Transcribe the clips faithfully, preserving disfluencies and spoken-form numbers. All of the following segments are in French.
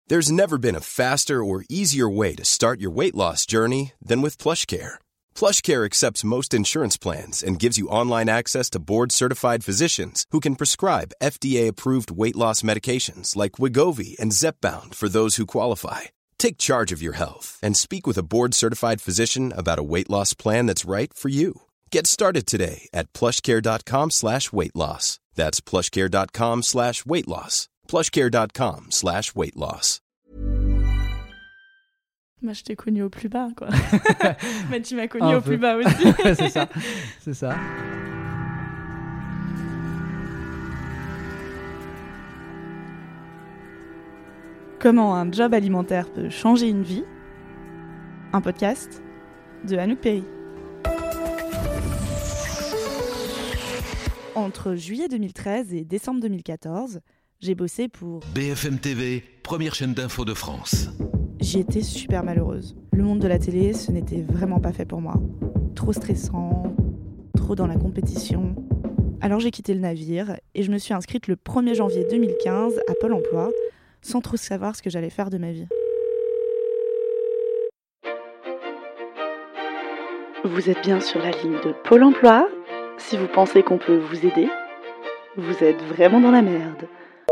There's never been a faster or easier way to start your weight loss journey than with PlushCare. PlushCare accepts most insurance plans and gives you online access to board-certified physicians who can prescribe F D A-approved weight loss medications like Wegovy and Zepbound for those who qualify. Take charge of your health and speak with a board-certified physician about a weight loss plan that's right for you. Get started today at plushcare.com slash weight loss. That's plushcare.com slash weight loss. plushcare.com slash weight loss. Moi, je t'ai connu au plus bas, quoi. Mais tu m'as connu Un au peu. plus bas aussi. c'est ça, c'est ça. Comment un job alimentaire peut changer une vie. Un podcast de Anouk Perry. Entre juillet deux mille treize et décembre deux mille quatorze, j'ai bossé pour B F M T V, première chaîne d'info de France. J'y étais super malheureuse. Le monde de la télé, ce n'était vraiment pas fait pour moi. Trop stressant, trop dans la compétition. Alors j'ai quitté le navire et je me suis inscrite le premier janvier deux mille quinze à Pôle emploi, sans trop savoir ce que j'allais faire de ma vie. Vous êtes bien sur la ligne de Pôle emploi. Si vous pensez qu'on peut vous aider, vous êtes vraiment dans la merde.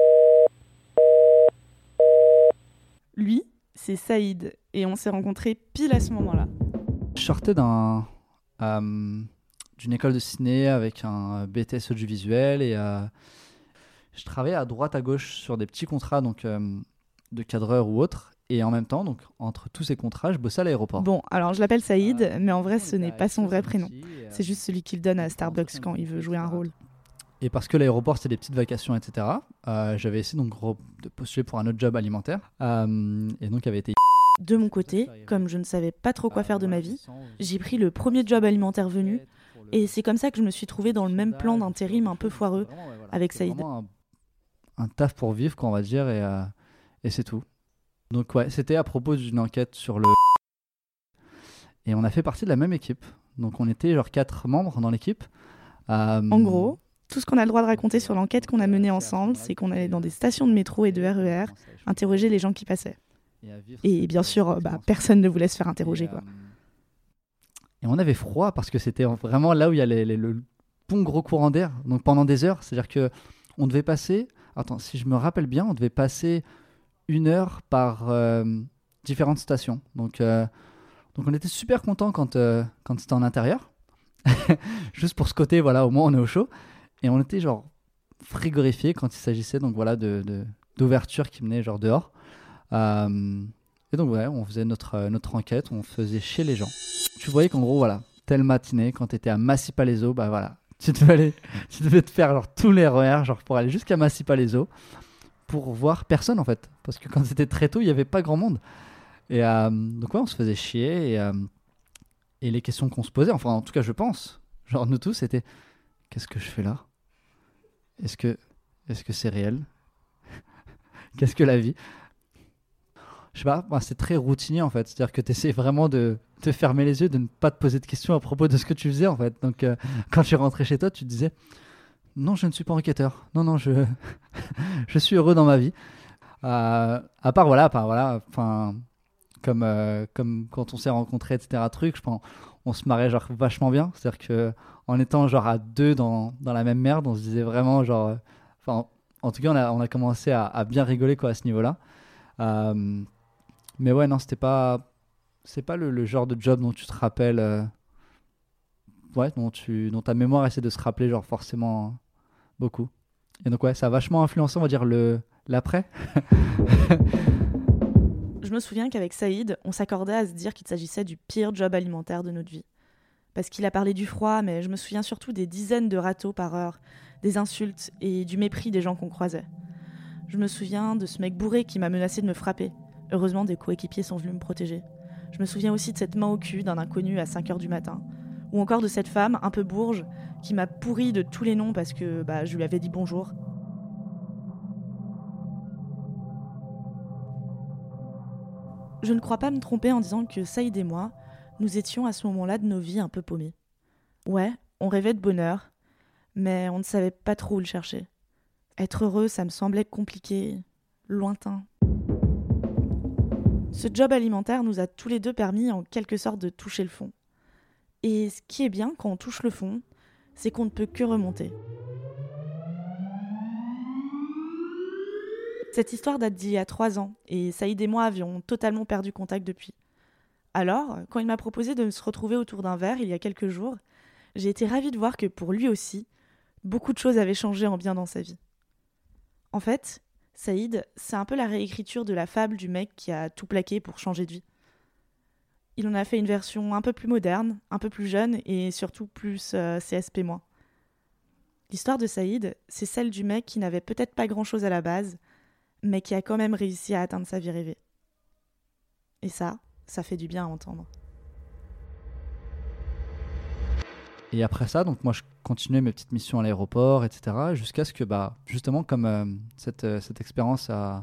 Lui, c'est Saïd, et on s'est rencontrés pile à ce moment-là. Je sortais d'un, euh, d'une école de ciné avec un B T S audiovisuel et euh, je travaillais à droite à gauche sur des petits contrats donc, euh, de cadreur ou autre. Et en même temps, donc, entre tous ces contrats, je bossais à l'aéroport. Bon, alors je l'appelle Saïd, Euh, mais en vrai ce n'est pas son vrai prénom. Et, euh, C'est juste celui qu'il donne à Starbucks quand il veut jouer un rôle. Et parce que l'aéroport, c'est des petites vacations, et cetera, euh, j'avais essayé donc, re- de postuler pour un autre job alimentaire. Euh, et donc, il avait été... De mon côté, comme je ne savais pas trop quoi faire de ma vie, j'ai pris le premier job alimentaire venu, et c'est comme ça que je me suis trouvée dans le même plan d'intérim un peu foireux avec C'est Saïd. vraiment un, un taf pour vivre, quoi, on va dire, et, euh, et c'est tout. Donc ouais, c'était à propos d'une enquête sur le... Et on a fait partie de la même équipe. Donc on était genre quatre membres dans l'équipe. Euh, En gros, tout ce qu'on a le droit de raconter sur l'enquête qu'on a menée ensemble, c'est qu'on allait dans des stations de métro et de R E R interroger les gens qui passaient. Et bien sûr, bah, personne ne voulait se faire interroger, quoi. Et on avait froid parce que c'était vraiment là où il y a les, les, le bon gros courant d'air. Donc pendant des heures, c'est-à-dire que on devait passer... Attends, si je me rappelle bien, on devait passer une heure par euh, différentes stations. Donc, euh, donc on était super contents quand, euh, quand c'était en intérieur. Juste pour ce côté, voilà, au moins on est au chaud. Et on était genre frigorifiés quand il s'agissait donc, voilà, de, de, d'ouverture qui menait genre dehors. Euh, et donc ouais, on faisait notre, notre enquête, on faisait chier les gens. Tu voyais qu'en gros, voilà, telle matinée, quand tu étais à Massy-Palaiseau, bah voilà, tu devais, aller, tu devais te faire genre, tous les R E R genre, pour aller jusqu'à Massy-Palaiseau pour voir personne en fait. Parce que quand c'était très tôt, il n'y avait pas grand monde. Et euh, donc ouais, on se faisait chier. Et, euh, et les questions qu'on se posait, enfin en tout cas je pense, genre nous tous, c'était qu'est-ce que je fais là ? Est-ce que, est-ce que c'est réel ? Qu'est-ce que la vie ? Je sais pas, bah, c'est très routinier en fait. C'est-à-dire que tu essaies vraiment de te fermer les yeux, de ne pas te poser de questions à propos de ce que tu faisais en fait. Donc euh, quand tu rentrais chez toi, tu te disais non, je ne suis pas enquêteur. Non, non, je, je suis heureux dans ma vie. Euh, à part voilà, à part voilà, enfin, comme, euh, comme quand on s'est rencontrés, et cetera. Truc, je pense, on se marrait genre vachement bien. C'est-à-dire que en étant genre à deux dans, dans la même merde, on se disait vraiment genre, enfin, euh, en tout cas, on a, on a commencé à, à bien rigoler quoi à ce niveau-là. Euh, mais ouais, non, c'était pas, c'est pas le, le genre de job dont tu te rappelles, euh, ouais, dont tu, dont ta mémoire essaie de se rappeler genre forcément beaucoup. Et donc ouais, ça a vachement influencé, on va dire le l'après. Je me souviens qu'avec Saïd, on s'accordait à se dire qu'il s'agissait du pire job alimentaire de notre vie. Parce qu'il a parlé du froid, mais je me souviens surtout des dizaines de râteaux par heure, des insultes et du mépris des gens qu'on croisait. Je me souviens de ce mec bourré qui m'a menacé de me frapper. Heureusement, des coéquipiers sont venus me protéger. Je me souviens aussi de cette main au cul d'un inconnu à cinq heures du matin. Ou encore de cette femme, un peu bourge, qui m'a pourri de tous les noms parce que bah, je lui avais dit bonjour. Je ne crois pas me tromper en disant que Saïd et moi, nous étions à ce moment-là de nos vies un peu paumés. Ouais, on rêvait de bonheur, mais on ne savait pas trop où le chercher. Être heureux, ça me semblait compliqué, lointain. Ce job alimentaire nous a tous les deux permis en quelque sorte de toucher le fond. Et ce qui est bien quand on touche le fond, c'est qu'on ne peut que remonter. Cette histoire date d'il y a trois ans et Saïd et moi avions totalement perdu contact depuis. Alors, quand il m'a proposé de se retrouver autour d'un verre il y a quelques jours, j'ai été ravie de voir que pour lui aussi, beaucoup de choses avaient changé en bien dans sa vie. En fait, Saïd, c'est un peu la réécriture de la fable du mec qui a tout plaqué pour changer de vie. Il en a fait une version un peu plus moderne, un peu plus jeune et surtout plus euh, C S P moins. L'histoire de Saïd, c'est celle du mec qui n'avait peut-être pas grand-chose à la base, mais qui a quand même réussi à atteindre sa vie rêvée. Et ça, ça fait du bien à entendre. Et après ça, donc moi je continuais mes petites missions à l'aéroport, et cetera. Jusqu'à ce que, bah, justement, comme euh, cette, euh, cette expérience a,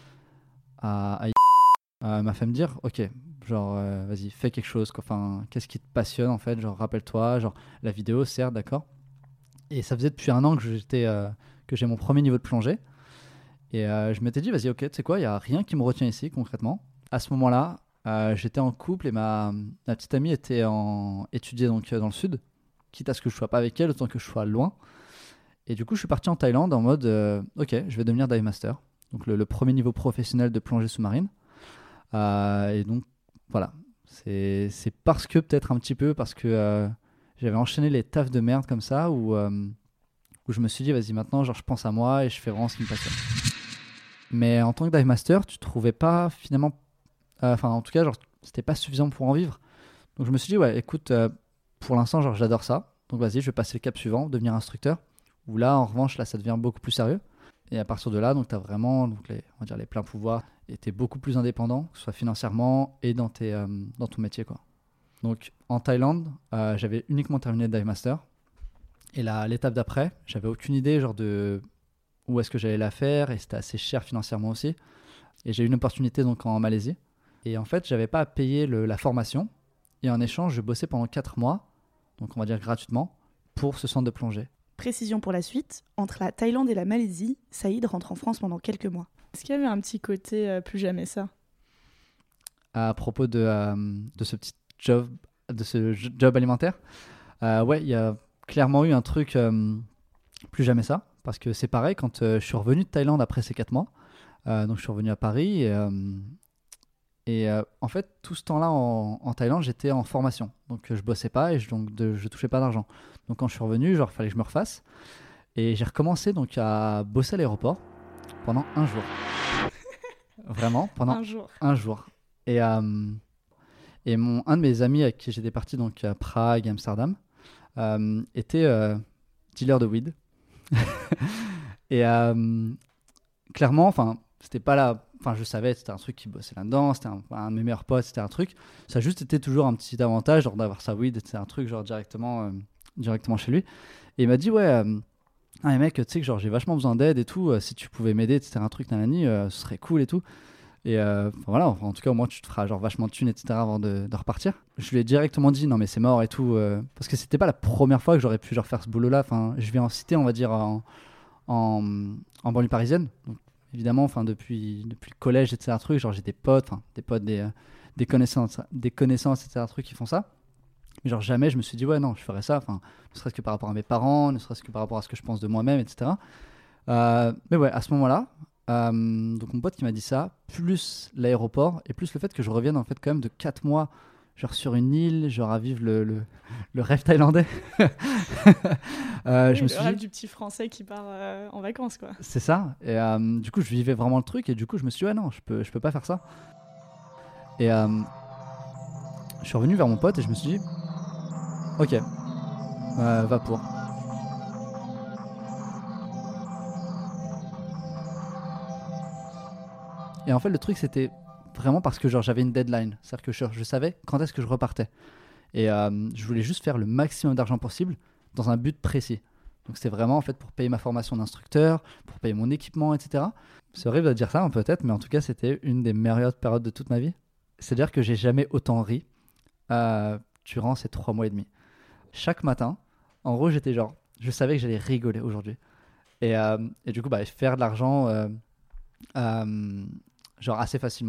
a, a euh, m'a fait me dire, ok, genre, euh, vas-y, fais quelque chose, quoi. Enfin, qu'est-ce qui te passionne en fait, genre, rappelle-toi, genre, la vidéo, certes, d'accord. Et ça faisait depuis un an que j'étais, euh, que j'ai mon premier niveau de plongée. Et euh, je m'étais dit, vas-y, ok, tu sais quoi, il n'y a rien qui me retient ici concrètement. À ce moment-là, euh, j'étais en couple et ma, ma petite amie était en étudiait donc euh, dans le sud, quitte à ce que je sois pas avec elle, autant que je sois loin. Et du coup, je suis parti en Thaïlande en mode, euh, ok, je vais devenir dive master, donc le, le premier niveau professionnel de plongée sous-marine. Euh, et donc, voilà, c'est, c'est parce que peut-être un petit peu parce que euh, j'avais enchaîné les tafs de merde comme ça où, euh, où je me suis dit, vas-y, maintenant, genre, je pense à moi et je fais vraiment ce qui me passionne. Mais en tant que dive master, tu trouvais pas finalement, enfin, euh, en tout cas, genre, c'était pas suffisant pour en vivre. Donc, je me suis dit, ouais, écoute, euh, pour l'instant, genre, j'adore ça. Donc, vas-y, je vais passer le cap suivant, devenir instructeur. Où là, en revanche, là, ça devient beaucoup plus sérieux. Et à partir de là, donc, tu as vraiment donc, les, on va dire, les pleins pouvoirs et tu es beaucoup plus indépendant, que ce soit financièrement et dans, tes, euh, dans ton métier, quoi. Donc, en Thaïlande, euh, j'avais uniquement terminé le dive master. Et là, l'étape d'après, j'avais aucune idée genre, de où est-ce que j'allais la faire. Et c'était assez cher financièrement aussi. Et j'ai eu une opportunité donc, en Malaisie. Et en fait, je n'avais pas à payer le, la formation. Et en échange, je bossais pendant quatre mois, donc on va dire gratuitement, pour ce centre de plongée. Précision pour la suite, entre la Thaïlande et la Malaisie, Saïd rentre en France pendant quelques mois. Est-ce qu'il y avait un petit côté euh, plus jamais ça ? À propos de, euh, de ce petit job, de ce job alimentaire, euh, ouais, il y a clairement eu un truc euh, plus jamais ça, parce que c'est pareil, quand euh, je suis revenu de Thaïlande après ces quatre mois, euh, donc je suis revenu à Paris, et, euh, et euh, en fait, tout ce temps-là en, en Thaïlande, j'étais en formation, donc je bossais pas et je, donc, de, je touchais pas d'argent. Donc quand je suis revenu, genre, il fallait que je me refasse, et j'ai recommencé donc à bosser à l'aéroport pendant un jour. Vraiment, pendant un jour. Un jour. Et, euh, et mon, un de mes amis avec qui j'étais parti donc à Prague, Amsterdam, euh, était euh, dealer de weed. Et euh, clairement, enfin, c'était pas là. Enfin, je savais, c'était un truc qui bossait là-dedans, c'était un, un de mes meilleurs potes, c'était un truc. Ça a juste été toujours un petit avantage, genre d'avoir sa weed, c'était un truc genre directement, euh, directement chez lui. Et il m'a dit, ouais, euh, ah, mec, tu sais que genre j'ai vachement besoin d'aide et tout, euh, si tu pouvais m'aider, et cetera, un truc, nanani, euh, ce serait cool et tout. Et euh, voilà, en tout cas, au moins, tu te feras genre vachement de thunes, et cetera avant de, de repartir. Je lui ai directement dit, non, mais c'est mort et tout. Euh, parce que c'était pas la première fois que j'aurais pu genre, faire ce boulot-là. Enfin, je vais en citer, on va dire, en, en, en banlieue parisienne. Donc, évidemment, enfin, depuis, depuis le collège, et cetera, truc, genre j'ai des potes, enfin, des potes, des, euh, des connaissances, des connaissances, et cetera, trucs qui font ça. Mais genre, jamais je me suis dit, ouais, non, je ferais ça. Enfin, ne serait-ce que par rapport à mes parents, ne serait-ce que par rapport à ce que je pense de moi-même, et cetera. Euh, mais ouais, à ce moment-là, Euh, donc mon pote qui m'a dit ça, plus l'aéroport et plus le fait que je revienne en fait quand même de quatre mois genre sur une île, genre à vivre le, le, le rêve thaïlandais. euh, oui, je me le suis rêve dit, du petit français qui part euh, en vacances quoi. c'est ça. Et euh, du coup je vivais vraiment le truc et du coup je me suis dit ouais non je peux, je peux pas faire ça. Et euh, je suis revenu vers mon pote et je me suis dit ok euh, va pour. Et en fait, le truc, c'était vraiment parce que genre, j'avais une deadline. C'est-à-dire que je, je savais quand est-ce que je repartais. Et euh, je voulais juste faire le maximum d'argent possible dans un but précis. Donc, c'était vraiment en fait pour payer ma formation d'instructeur, pour payer mon équipement, et cetera. C'est horrible de dire ça, hein, peut-être, mais en tout cas, c'était une des meilleures périodes de toute ma vie. C'est-à-dire que j'ai jamais autant ri euh, durant ces trois mois et demi. Chaque matin, en gros, j'étais genre, je savais que j'allais rigoler aujourd'hui. Et, euh, et du coup, bah, faire de l'argent... Euh, euh, genre assez facilement,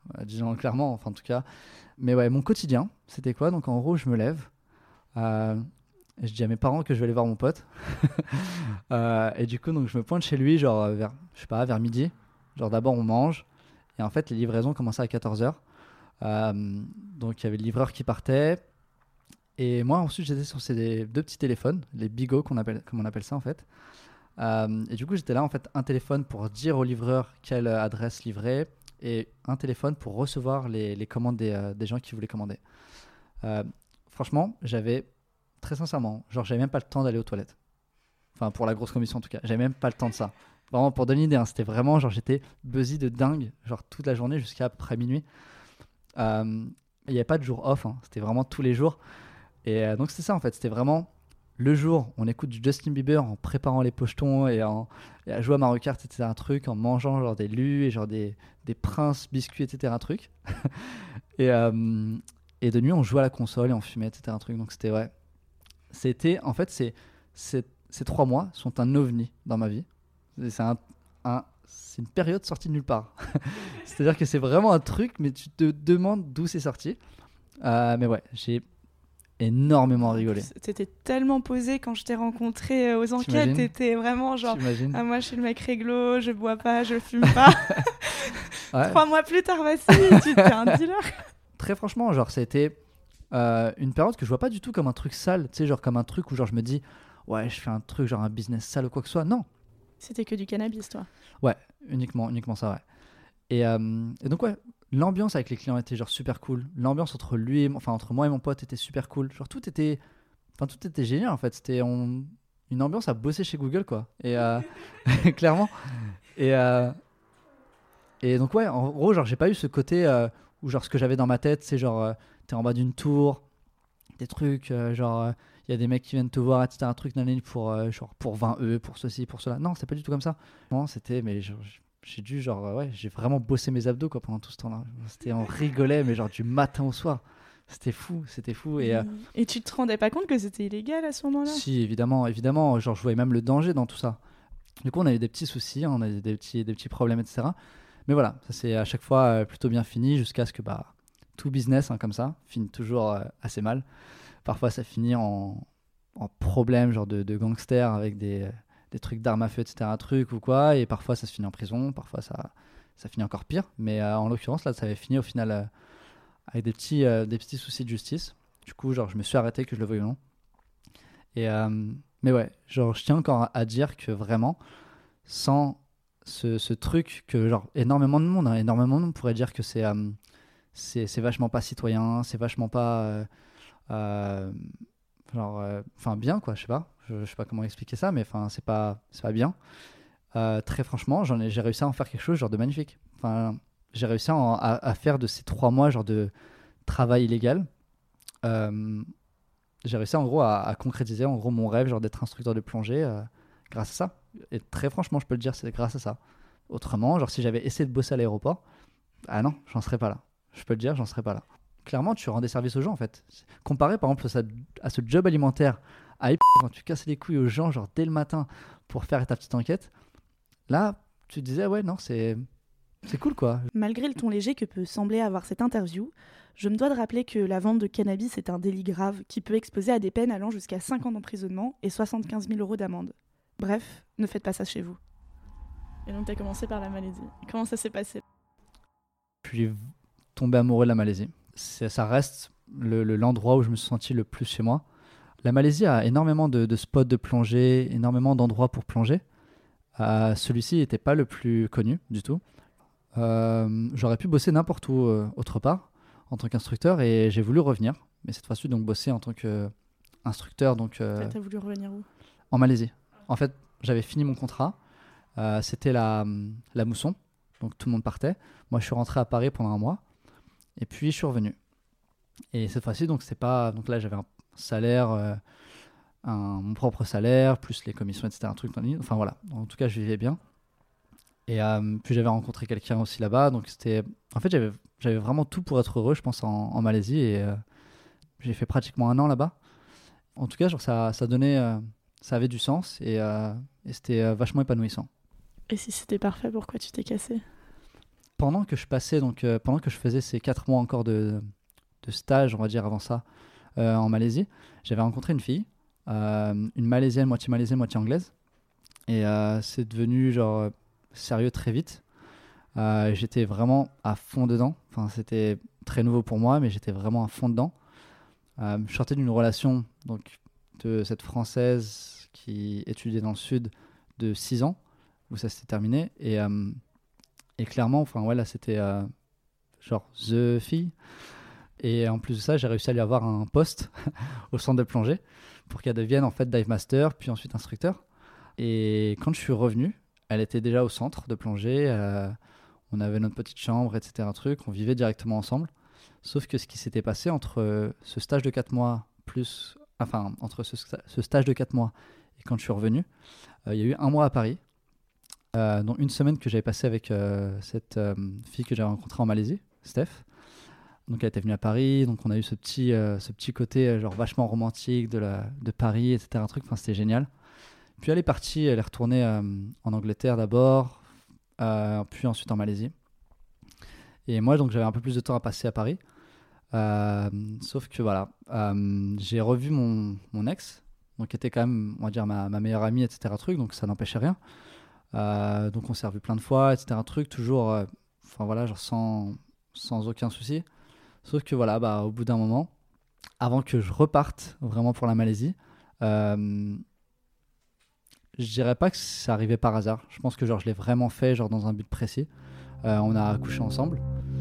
euh, disons clairement, enfin en tout cas. Mais ouais, mon quotidien, c'était quoi? Donc en gros, je me lève, euh, et je dis à mes parents que je vais aller voir mon pote. Euh, et du coup, donc je me pointe chez lui, genre vers, je sais pas, vers midi. Genre d'abord on mange, et en fait les livraisons commençaient à quatorze heures. Euh, donc il y avait le livreur qui partait. Et moi ensuite j'étais sur ces deux petits téléphones, les bigots qu'on appelle, comme on appelle ça en fait. Euh, et du coup j'étais là en fait un téléphone pour dire au livreur quelle adresse livrer et un téléphone pour recevoir les, les commandes des, euh, des gens qui voulaient commander. Euh, franchement j'avais, très sincèrement, genre j'avais même pas le temps d'aller aux toilettes. Enfin pour la grosse commission en tout cas, j'avais même pas le temps de ça. Vraiment pour donner une idée, hein, c'était vraiment genre j'étais busy de dingue, genre toute la journée jusqu'à à peu près minuit. Euh, il n'y avait pas de jour off, hein, c'était vraiment tous les jours. Et euh, donc c'était ça en fait, c'était vraiment le jour, on écoute du Justin Bieber en préparant les pochetons et, en, et à jouer à Mario Kart, et cetera. Un truc, en mangeant genre des lus et genre des, des princes biscuits, et cetera. Un truc. et, euh, et de nuit, on jouait à la console et on fumait, et cetera. Un truc. Donc c'était ouais. C'était en fait, c'est, c'est, ces trois mois sont un ovni dans ma vie. C'est, un, un, c'est une période sortie de nulle part. C'est-à-dire que c'est vraiment un truc, mais tu te demandes d'où c'est sorti. Euh, mais ouais, j'ai énormément rigolé. T'étais tellement posé quand je t'ai rencontré aux enquêtes. T'étais vraiment genre ah, moi je suis le mec réglo, je bois pas, je fume pas. Ouais. Trois mois plus tard, voici, tu t'es un dealer. Très franchement, genre c'était euh, une période que je vois pas du tout comme un truc sale, tu sais, genre comme un truc où genre je me dis ouais je fais un truc genre un business sale ou quoi que ce soit. Non. C'était que du cannabis, toi. Ouais, uniquement, uniquement ça, ouais. Et, euh, et donc ouais. L'ambiance avec les clients était genre super cool. L'ambiance entre lui, et, enfin entre moi et mon pote était super cool. Genre tout était, enfin tout était génial en fait. C'était on, une ambiance à bosser chez Google quoi. Et euh, clairement. Et euh, et donc ouais, en gros genre j'ai pas eu ce côté euh, où genre ce que j'avais dans ma tête, c'est genre euh, t'es en bas d'une tour, des trucs euh, genre il euh, y a des mecs qui viennent te voir, et cetera. Un truc d'un pour euh, genre pour vingt euros, pour ceci, pour cela. Non, c'est pas du tout comme ça. Non, c'était mais genre, j'ai dû genre ouais j'ai vraiment bossé mes abdos quoi pendant tout ce temps-là. C'était on rigolait mais genre du matin au soir. C'était fou, c'était fou et euh... et tu te rendais pas compte que c'était illégal à ce moment-là? Si évidemment, évidemment, genre je voyais même le danger dans tout ça. Du coup on a eu des petits soucis, on a eu des petits des petits problèmes et cetera. Mais voilà, ça c'est à chaque fois plutôt bien fini jusqu'à ce que bah tout business hein, comme ça finit toujours euh, assez mal. Parfois ça finit en en problème genre de, de gangsters avec des des trucs d'armes à feu, et cetera. Un truc ou quoi, et parfois ça se finit en prison, parfois ça, ça finit encore pire. Mais euh, en l'occurrence, là, ça avait fini au final euh, avec des petits, euh, des petits soucis de justice. Du coup, genre, je me suis arrêté, que je le veuille ou non. Et, euh, mais ouais, genre, je tiens encore à, à dire que vraiment, sans ce, ce truc que, genre, énormément de monde, hein, énormément de monde pourrait dire que c'est, euh, c'est, c'est vachement pas citoyen, c'est vachement pas. Euh, euh, genre enfin euh, bien quoi je sais pas je, je sais pas comment expliquer ça mais enfin c'est pas c'est pas bien euh, très franchement j'en ai j'ai réussi à en faire quelque chose genre de magnifique enfin j'ai réussi à, en, à, à faire de ces trois mois genre de travail illégal euh, j'ai réussi en gros à, à concrétiser en gros mon rêve genre d'être instructeur de plongée euh, grâce à ça et très franchement je peux le dire c'est grâce à ça. Autrement genre si j'avais essayé de bosser à l'aéroport ah non j'en serais pas là, je peux le dire j'en serais pas là. Clairement, tu rends des services aux gens en fait. Comparé par exemple à ce job alimentaire, à quand tu casses les couilles aux gens genre dès le matin pour faire ta petite enquête, là tu te disais ouais non c'est c'est cool quoi. Malgré le ton léger que peut sembler avoir cette interview, je me dois de rappeler que la vente de cannabis est un délit grave qui peut exposer à des peines allant jusqu'à cinq ans d'emprisonnement et soixante-quinze mille euros d'amende. Bref, ne faites pas ça chez vous. Et donc t'as commencé par la Malaisie. Comment ça s'est passé? Je suis tombé amoureux de la Malaisie. C'est, ça reste le, le, l'endroit où je me suis senti le plus chez moi. La Malaisie a énormément de, de spots de plongée, énormément d'endroits pour plonger. Euh, celui-ci n'était pas le plus connu du tout. Euh, j'aurais pu bosser n'importe où euh, autre part en tant qu'instructeur et j'ai voulu revenir. Mais cette fois-ci, donc bosser en tant qu'instructeur. Donc, euh, T'as voulu revenir où? En Malaisie. En fait, j'avais fini mon contrat. Euh, c'était la, la mousson. Donc tout le monde partait. Moi, je suis rentré à Paris pendant un mois. Et puis je suis revenu. Et cette fois-ci, donc c'est pas. Donc là, j'avais un salaire, euh, un, mon propre salaire, plus les commissions, et cetera. Un truc. Enfin voilà. En tout cas, je vivais bien. Et euh, puis j'avais rencontré quelqu'un aussi là-bas. Donc c'était. En fait, j'avais, j'avais vraiment tout pour être heureux, je pense, en, en Malaisie. Et euh, j'ai fait pratiquement un an là-bas. En tout cas, genre ça, ça donnait, euh, ça avait du sens et, euh, et c'était euh, vachement épanouissant. Et si c'était parfait, pourquoi tu t'es cassé? pendant que je passais, donc euh, pendant que je faisais ces quatre mois encore de, de stage, on va dire avant ça, euh, en Malaisie, j'avais rencontré une fille, euh, une Malaisienne, moitié malaisienne, moitié anglaise. Et euh, c'est devenu genre sérieux très vite. Euh, j'étais vraiment à fond dedans. Enfin, c'était très nouveau pour moi, mais j'étais vraiment à fond dedans. Euh, je sortais d'une relation donc, de cette Française qui étudiait dans le sud de six ans, où ça s'était terminé. Et, euh, et clairement, enfin, ouais, là, c'était euh, genre the fille. Et en plus de ça, j'ai réussi à lui avoir un poste au centre de plongée pour qu'elle devienne en fait dive master, puis ensuite instructeur. Et quand je suis revenu, elle était déjà au centre de plongée. Euh, on avait notre petite chambre, et cetera. Truc, on vivait directement ensemble. Sauf que ce qui s'était passé entre ce stage de quatre mois plus, enfin entre ce, ce stage de quatre mois et quand je suis revenu, euh, il y a eu un mois à Paris, euh, dont une semaine que j'avais passé avec euh, cette euh, fille que j'avais rencontrée en Malaisie, Steph. Donc elle était venue à Paris, donc on a eu ce petit, euh, ce petit côté euh, genre vachement romantique de, la, de Paris, et cetera. Truc, enfin c'était génial. Puis elle est partie, elle est retournée euh, en Angleterre d'abord, euh, puis ensuite en Malaisie. Et moi donc j'avais un peu plus de temps à passer à Paris. Euh, sauf que voilà, euh, j'ai revu mon, mon ex, donc qui était quand même, on va dire, ma, ma meilleure amie, et cetera. Truc, donc ça n'empêchait rien. Euh, donc on s'est revu plein de fois, et cetera. Truc, toujours, euh, enfin voilà, genre sans, sans aucun souci. Sauf que voilà, bah, au bout d'un moment, avant que je reparte vraiment pour la Malaisie, euh, je dirais pas que ça arrivait par hasard. Je pense que genre je l'ai vraiment fait genre dans un but précis. Euh, on a accouché ensemble.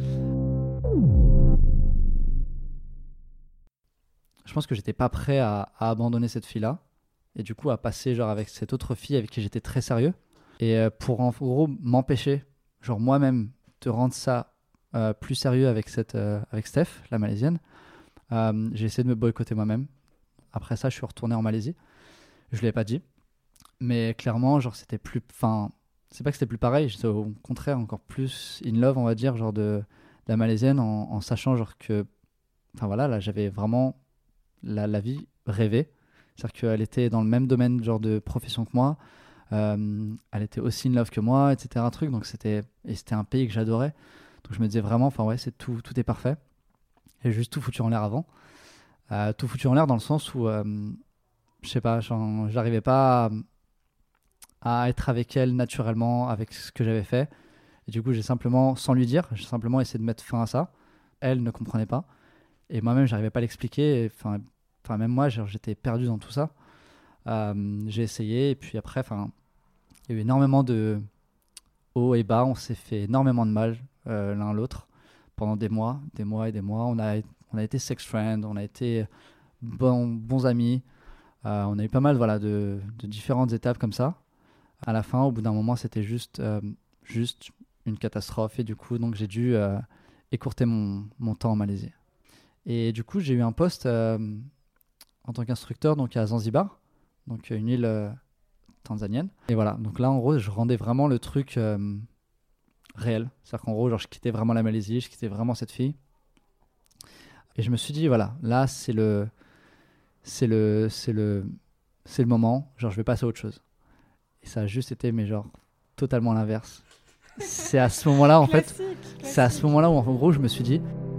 Je pense que j'étais pas prêt à, à abandonner cette fille-là et du coup à passer genre avec cette autre fille avec qui j'étais très sérieux et euh, pour en gros m'empêcher genre moi-même de rendre ça euh, plus sérieux avec cette euh, avec Steph, la Malaisienne. Euh, j'ai essayé de me boycotter moi-même. Après ça, je suis retourné en Malaisie. Je l'ai pas dit, mais clairement genre c'était plus, enfin c'est pas que c'était plus pareil, j'étais au contraire encore plus in love on va dire genre de, de la Malaisienne en, en sachant genre que, enfin voilà là j'avais vraiment La, la vie rêvée, c'est-à-dire qu'elle était dans le même domaine genre de profession que moi, euh, elle était aussi in love que moi, et cetera. Truc, donc c'était, et c'était un pays que j'adorais, donc je me disais vraiment, enfin ouais, c'est tout, tout est parfait. J'ai juste tout foutu en l'air avant, euh, tout foutu en l'air dans le sens où, euh, je sais pas, genre, j'arrivais pas à, à être avec elle naturellement avec ce que j'avais fait, et du coup j'ai simplement, sans lui dire, j'ai simplement essayé de mettre fin à ça. Elle ne comprenait pas. Et moi-même, j'arrivais pas à l'expliquer. Enfin, enfin même moi, genre, j'étais perdu dans tout ça. Euh, j'ai essayé, et puis après, enfin, il y a eu énormément de hauts et bas. On s'est fait énormément de mal euh, l'un l'autre pendant des mois, des mois et des mois. On a, on a été sex friends, on a été bons, bons amis. Euh, on a eu pas mal, voilà, de, de différentes étapes comme ça. À la fin, au bout d'un moment, c'était juste, euh, juste une catastrophe. Et du coup, donc, j'ai dû euh, écourter mon, mon temps en Malaisie. Et du coup, j'ai eu un poste euh, en tant qu'instructeur donc à Zanzibar, donc une île euh, tanzanienne. Et voilà, donc là, en gros, je rendais vraiment le truc euh, réel. C'est-à-dire qu'en gros, genre, je quittais vraiment la Malaisie, je quittais vraiment cette fille. Et je me suis dit, voilà, là, c'est le, c'est le, c'est le, c'est le moment. Genre, je vais passer à autre chose. Et ça a juste été, mais genre, totalement l'inverse. C'est à ce moment-là, en fait, Classique, c'est à ce moment-là où, en gros, je me suis dit,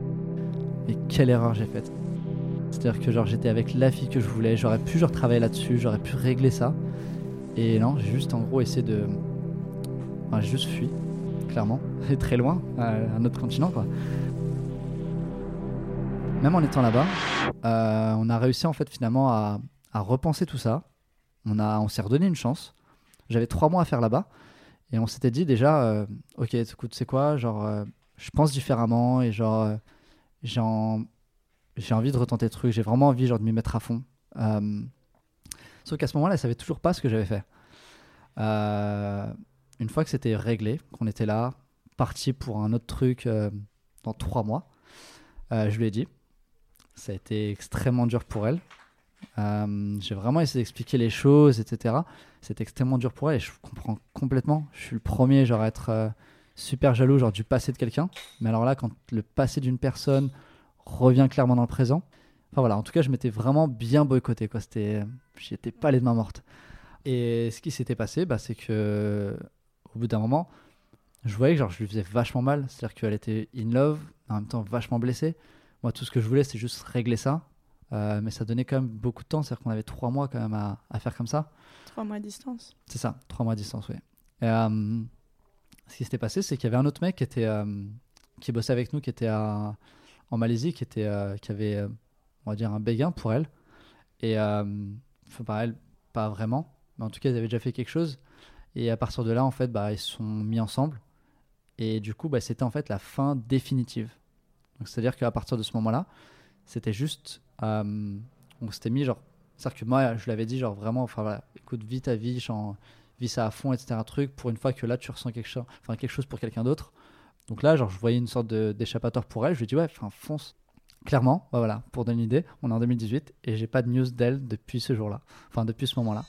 mais quelle erreur j'ai faite. C'est-à-dire que genre j'étais avec la fille que je voulais, j'aurais pu genre travailler là-dessus, j'aurais pu régler ça. Et non, j'ai juste en gros essayé de... Enfin, j'ai juste fui, clairement, et très loin, à un autre continent quoi. Même en étant là-bas, euh, on a réussi en fait finalement à, à repenser tout ça. On, a, on s'est redonné une chance. J'avais trois mois à faire là-bas. Et on s'était dit déjà, euh, ok, écoute, tu sais quoi, genre, euh, je pense différemment et genre... Euh, J'ai, en... j'ai envie de retenter le truc, j'ai vraiment envie genre, de m'y mettre à fond. Euh... Sauf qu'à ce moment-là, elle ne savait toujours pas ce que j'avais fait. Euh... Une fois que c'était réglé, qu'on était là, parti pour un autre truc euh, dans trois mois, euh, je lui ai dit. Ça a été extrêmement dur pour elle. Euh... J'ai vraiment essayé d'expliquer les choses, et cetera. C'était extrêmement dur pour elle et je comprends complètement. Je suis le premier genre, à être... Euh... super jaloux genre du passé de quelqu'un, mais alors là quand le passé d'une personne revient clairement dans le présent, enfin voilà, en tout cas je m'étais vraiment bien boycotté quoi, c'était, j'y étais pas les de main morte. Et ce qui s'était passé bah, c'est que au bout d'un moment je voyais que genre, je lui faisais vachement mal. C'est-à-dire qu'elle était in love, en même temps vachement blessée. Moi, tout ce que je voulais, c'est juste régler ça. Euh, mais ça donnait quand même beaucoup de temps. C'est-à-dire qu'on avait trois mois quand même à, à faire comme ça. Trois mois à distance. C'est ça, trois mois à distance, oui. Et, euh, ce qui s'était passé, c'est qu'il y avait un autre mec qui, était, euh, qui bossait avec nous, qui était à, en Malaisie, qui, était, euh, qui avait, euh, on va dire, un béguin pour elle. Et, euh, enfin, pas elle, pas vraiment. Mais en tout cas, ils avaient déjà fait quelque chose. Et à partir de là, en fait, bah, ils se sont mis ensemble. Et du coup, bah, c'était en fait la fin définitive. Donc, c'est-à-dire qu'à partir de ce moment-là, c'était juste... Euh, on s'était mis genre... C'est-à-dire que moi, je lui avais dit genre vraiment, enfin voilà, écoute, vis ta vie, genre, vis ça à fond, et cetera. Truc, pour une fois que là, tu ressens quelque chose, enfin, quelque chose pour quelqu'un d'autre. Donc là, genre, je voyais une sorte de, d'échappatoire pour elle. Je lui ai dit, ouais, enfin, fonce. Clairement, bah, voilà, pour donner une idée, on est en deux mille dix-huit et j'ai pas de news d'elle depuis ce jour-là. Enfin, depuis ce moment-là.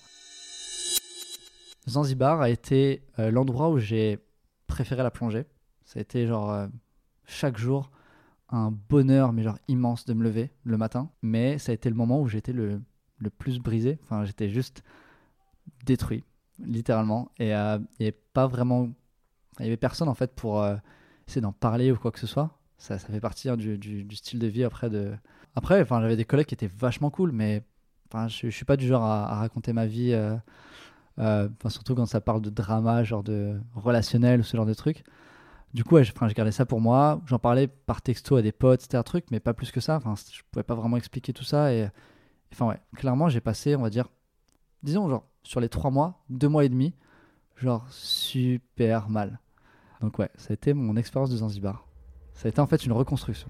Zanzibar a été euh, l'endroit où j'ai préféré la plongée. Ça a été genre euh, chaque jour un bonheur, mais genre immense de me lever le matin. Mais ça a été le moment où j'étais le, le plus brisé. Enfin, j'étais juste détruit, littéralement. Et euh, il n'y avait pas vraiment... Il n'y avait personne en fait pour euh, essayer d'en parler ou quoi que ce soit. Ça, ça fait partie hein, du, du, du style de vie après. De... Après, enfin, j'avais des collègues qui étaient vachement cool, mais enfin, je ne suis pas du genre à, à raconter ma vie... Euh, Euh, surtout quand ça parle de drama, genre de relationnel ou ce genre de trucs. Du coup, ouais, j'ai gardé ça pour moi. J'en parlais par texto à des potes, c'était un truc, mais pas plus que ça. Enfin, je pouvais pas vraiment expliquer tout ça. Et enfin, ouais, clairement, j'ai passé, on va dire, disons, genre, sur les trois mois, deux mois et demi, genre, super mal. Donc, ouais, ça a été mon expérience de Zanzibar. Ça a été en fait une reconstruction.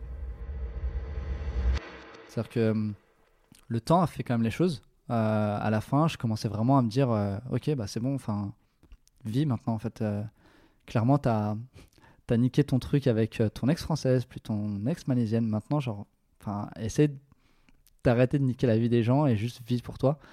C'est-à-dire que euh, le temps a fait quand même les choses. Euh, à la fin, je commençais vraiment à me dire euh, ok, bah c'est bon, enfin, vis maintenant. En fait, euh, clairement, t'as as niqué ton truc avec euh, ton ex française, puis ton ex malaisienne. Maintenant, genre, enfin, essaie d'arrêter de niquer la vie des gens et juste vis pour toi.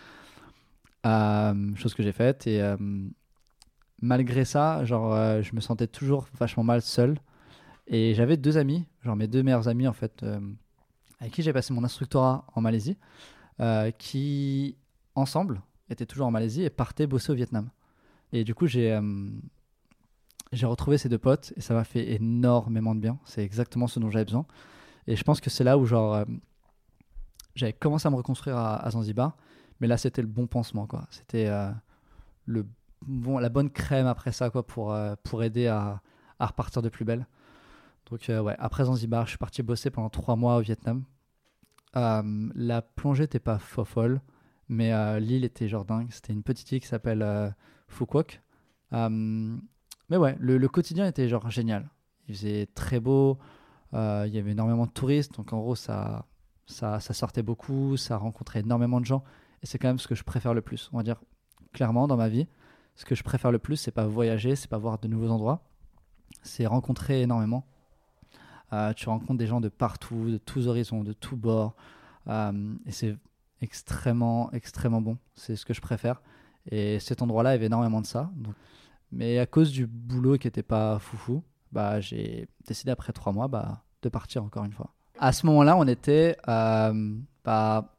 Euh, chose que j'ai faite et euh, malgré ça, genre, euh, je me sentais toujours vachement mal seul. Et j'avais deux amis, genre mes deux meilleurs amis en fait, euh, avec qui j'ai passé mon instructorat en Malaisie. Euh, qui, ensemble, étaient toujours en Malaisie et partaient bosser au Vietnam. Et du coup, j'ai, euh, j'ai retrouvé ces deux potes et ça m'a fait énormément de bien. C'est exactement ce dont j'avais besoin. Et je pense que c'est là où genre, euh, j'avais commencé à me reconstruire à, à Zanzibar. Mais là, c'était le bon pansement, quoi. C'était euh, le bon, la bonne crème après ça, quoi, pour, euh, pour aider à, à repartir de plus belle. Donc, euh, ouais, après Zanzibar, je suis parti bosser pendant trois mois au Vietnam. Euh, la plongée n'était pas faux folle, mais euh, l'île était genre dingue. C'était une petite île qui s'appelle euh, Phu Quoc. Euh, mais ouais, le, le quotidien était genre génial. Il faisait très beau, euh, il y avait énormément de touristes, donc en gros ça, ça, ça sortait beaucoup, ça rencontrait énormément de gens. Et c'est quand même ce que je préfère le plus. On va dire clairement dans ma vie, ce que je préfère le plus, c'est pas voyager, c'est pas voir de nouveaux endroits, c'est rencontrer énormément. Euh, tu rencontres des gens de partout, de tous horizons, de tous bords. Euh, et c'est extrêmement, extrêmement bon. C'est ce que je préfère. Et cet endroit-là avait énormément de ça. Donc... Mais à cause du boulot qui n'était pas foufou, bah, j'ai décidé après trois mois bah, de partir encore une fois. À ce moment-là, on était euh, bah,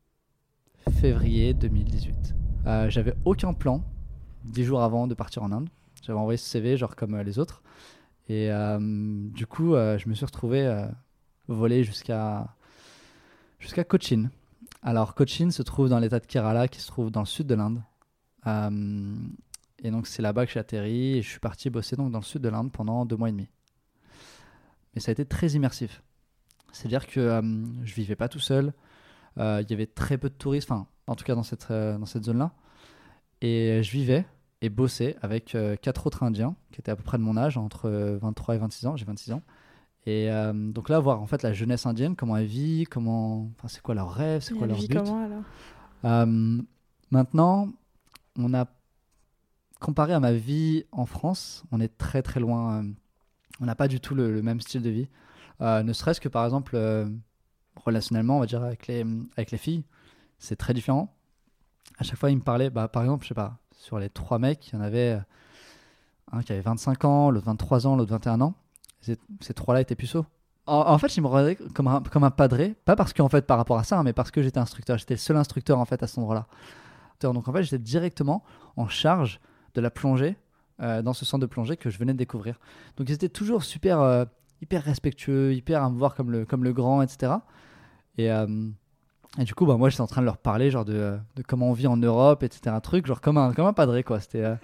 février deux mille dix-huit. Euh, j'avais aucun plan dix jours avant de partir en Inde. J'avais envoyé ce C V genre comme euh, les autres. Et euh, du coup, euh, je me suis retrouvé euh, volé jusqu'à jusqu'à Cochin. Alors, Cochin se trouve dans l'état de Kerala, qui se trouve dans le sud de l'Inde. Euh, et donc, c'est là-bas que j'ai atterri et je suis parti bosser donc, dans le sud de l'Inde pendant deux mois et demi. Mais ça a été très immersif. C'est-à-dire que euh, je vivais pas tout seul. Euh, il y avait très peu de touristes, enfin, en tout cas dans cette, euh, dans cette zone-là. Et je vivais et bossais avec euh, quatre autres Indiens qui étaient à peu près de mon âge, entre vingt-trois et vingt-six ans. J'ai vingt-six ans. Et euh, donc là, voir en fait la jeunesse indienne, comment elle vit, comment, enfin, c'est quoi leurs rêves, c'est et quoi leur vit but. Comment alors euh, Maintenant, on a comparé à ma vie en France, on est très très loin. Euh, on n'a pas du tout le, le même style de vie. Euh, ne serait-ce que par exemple, euh, relationnellement, on va dire avec les avec les filles, c'est très différent. À chaque fois, ils me parlaient, bah, par exemple, je sais pas, sur les trois mecs, il y en avait un qui avait vingt-cinq ans, l'autre vingt-trois ans, l'autre vingt et un ans. Ces, ces trois-là étaient puceaux. En, en fait, je me regardais comme un, comme un padré, pas parce qu'en fait, par rapport à ça, hein, mais parce que j'étais instructeur. J'étais le seul instructeur en fait à cet endroit-là. Donc en fait, j'étais directement en charge de la plongée euh, dans ce centre de plongée que je venais de découvrir. Donc ils étaient toujours super, euh, hyper respectueux, hyper à me voir comme le, comme le grand, et cetera. Et, euh, et du coup, bah, moi, j'étais en train de leur parler genre de, de comment on vit en Europe, et cetera. Un truc, genre comme un, comme un padré, quoi. C'était, euh...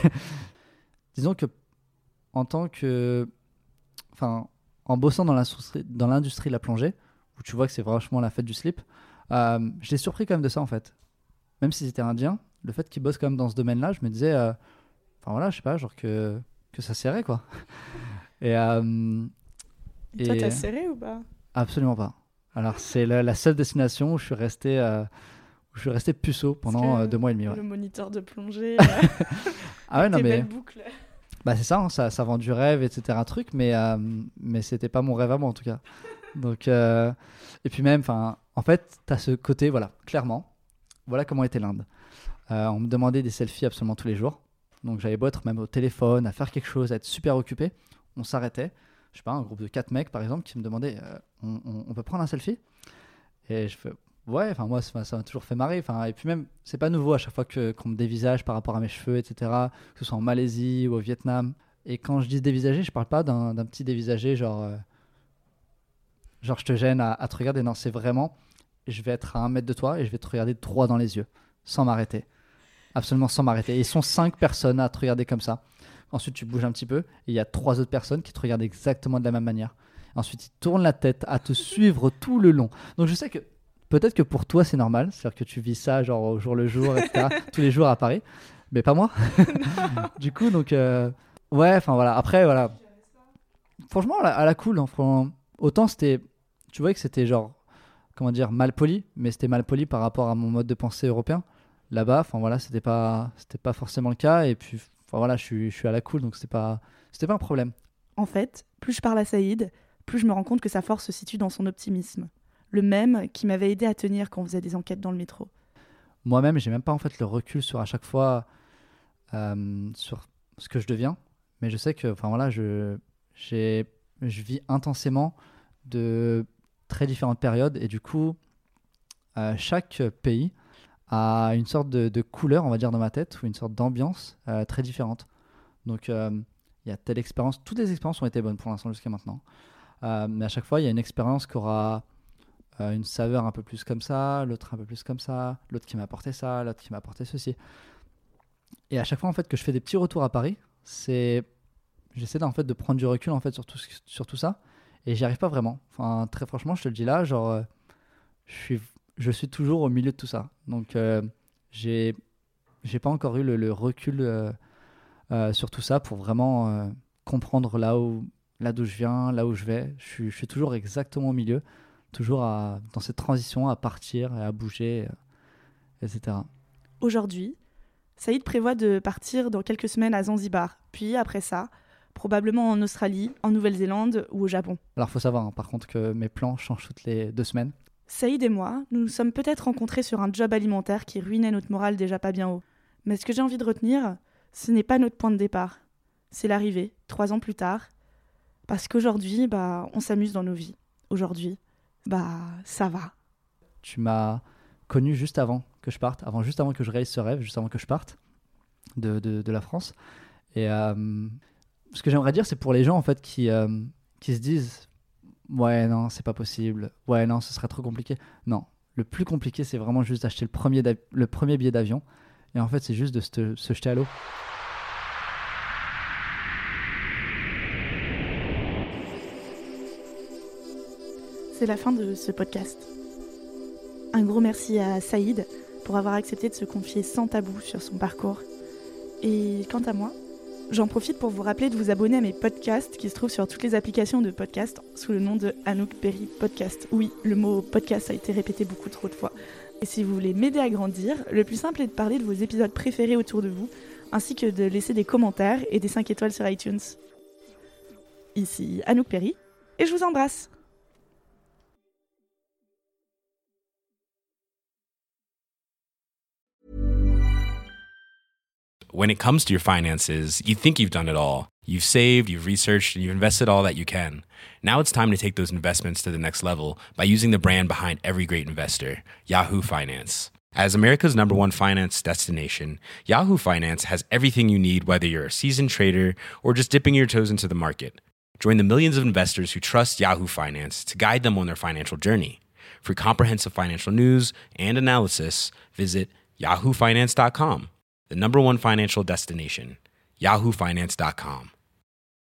Disons que en tant que... Enfin, en bossant dans l'industrie, dans l'industrie de la plongée, où tu vois que c'est franchement la fête du slip, euh, j'étais surpris quand même de ça, en fait. Même si c'était indien, le fait qu'ils bossent quand même dans ce domaine-là, je me disais... Euh, Enfin voilà, je sais pas, genre que, que ça serrait, quoi. Et, euh, et toi, t'as serré ou pas? Absolument pas. Alors, c'est la, la seule destination où je suis resté, euh, où je suis resté puceau pendant euh, deux mois et demi. Ouais. Le moniteur de plongée. euh... ah ouais, non, tes mais. belles boucles. Bah, c'est ça, hein, ça, ça vend du rêve, et cetera. Truc, mais, euh, mais c'était pas mon rêve à moi, en tout cas. Donc, euh, et puis même, en fait, t'as ce côté, voilà, clairement, voilà comment était l'Inde. Euh, on me demandait des selfies absolument tous les jours. Donc j'avais beau être même au téléphone, à faire quelque chose, à être super occupé, on s'arrêtait. Je sais pas, un groupe de quatre mecs par exemple qui me demandaient euh, on, on, on peut prendre un selfie? Et je fais ouais, enfin moi ça, ça m'a toujours fait marrer. Et puis même, c'est pas nouveau à chaque fois que, qu'on me dévisage par rapport à mes cheveux, et cetera. Que ce soit en Malaisie ou au Vietnam. Et quand je dis dévisager, je parle pas d'un, d'un petit dévisagé genre, euh, genre je te gêne à, à te regarder. Non, c'est vraiment, je vais être à un mètre de toi et je vais te regarder droit dans les yeux, sans m'arrêter. Absolument sans m'arrêter. Et ils sont cinq personnes à te regarder comme ça. Ensuite, tu bouges un petit peu et il y a trois autres personnes qui te regardent exactement de la même manière. Ensuite, ils tournent la tête à te suivre tout le long. Donc, je sais que peut-être que pour toi, c'est normal. C'est-à-dire que tu vis ça genre au jour le jour, et cetera. tous les jours à Paris. Mais pas moi. Du coup, donc, euh, ouais, enfin voilà. Après, voilà. Franchement, à la, à la cool. Hein, franchement. Autant c'était, tu vois que c'était genre, comment dire, mal poli, mais c'était mal poli par rapport à mon mode de pensée européen. Là-bas, enfin voilà, c'était pas, c'était pas forcément le cas. Et puis, enfin voilà, je suis, je suis à la cool, donc c'était pas, c'était pas un problème. En fait, plus je parle à Saïd, plus je me rends compte que sa force se situe dans son optimisme. Le même qui m'avait aidé à tenir quand on faisait des enquêtes dans le métro. Moi-même, j'ai même pas en fait le recul sur à chaque fois euh, sur ce que je deviens, mais je sais que, enfin voilà, je, j'ai, je vis intensément de très différentes périodes et du coup, euh, chaque pays a une sorte de, de couleur, on va dire, dans ma tête, ou une sorte d'ambiance euh, très différente. Donc, il euh, y a telle expérience, toutes les expériences ont été bonnes pour l'instant jusqu'à maintenant. Euh, mais à chaque fois, il y a une expérience qui aura euh, une saveur un peu plus comme ça, l'autre un peu plus comme ça, l'autre qui m'a apporté ça, l'autre qui m'a apporté ceci. Et à chaque fois, en fait, que je fais des petits retours à Paris, c'est... j'essaie en fait, de prendre du recul en fait, sur, tout, sur tout ça, et j'y arrive pas vraiment. Enfin, très franchement, je te le dis là, genre, euh, je suis... je suis toujours au milieu de tout ça. Donc, euh, j'ai, j'ai pas encore eu le, le recul euh, euh, sur tout ça pour vraiment euh, comprendre là, où, là d'où je viens, là où je vais. Je suis, je suis toujours exactement au milieu, toujours à, dans cette transition à partir et à bouger, euh, et cetera. Aujourd'hui, Saïd prévoit de partir dans quelques semaines à Zanzibar, puis après ça, probablement en Australie, en Nouvelle-Zélande ou au Japon. Alors, il faut savoir, hein, par contre, que mes plans changent toutes les deux semaines. Saïd et moi, nous nous sommes peut-être rencontrés sur un job alimentaire qui ruinait notre morale déjà pas bien haut. Mais ce que j'ai envie de retenir, ce n'est pas notre point de départ. C'est l'arrivée, trois ans plus tard. Parce qu'aujourd'hui, bah, on s'amuse dans nos vies. Aujourd'hui, bah, ça va. Tu m'as connu juste avant que je parte, avant, juste avant que je réalise ce rêve, juste avant que je parte de, de, de la France. Et euh, ce que j'aimerais dire, c'est pour les gens en fait, qui, euh, qui se disent... ouais, non, c'est pas possible. Ouais, non, ce serait trop compliqué. Non, le plus compliqué, c'est vraiment juste d'acheter le premier, d'av- le premier billet d'avion. Et en fait, c'est juste de se, se jeter à l'eau. C'est la fin de ce podcast. Un gros merci à Saïd pour avoir accepté de se confier sans tabou sur son parcours. Et quant à moi, j'en profite pour vous rappeler de vous abonner à mes podcasts qui se trouvent sur toutes les applications de podcast sous le nom de Anouk Perry Podcast. Oui, le mot podcast a été répété beaucoup trop de fois. Et si vous voulez m'aider à grandir, le plus simple est de parler de vos épisodes préférés autour de vous, ainsi que de laisser des commentaires et des cinq étoiles sur iTunes. Ici Anouk Perry, et je vous embrasse. When it comes to your finances, you think you've done it all. You've saved, you've researched, and you've invested all that you can. Now it's time to take those investments to the next level by using the brand behind every great investor, Yahoo Finance. As America's number one finance destination, Yahoo Finance has everything you need, whether you're a seasoned trader or just dipping your toes into the market. Join the millions of investors who trust Yahoo Finance to guide them on their financial journey. For comprehensive financial news and analysis, visit yahoo finance dot com, the number one financial destination, yahoo finance dot com.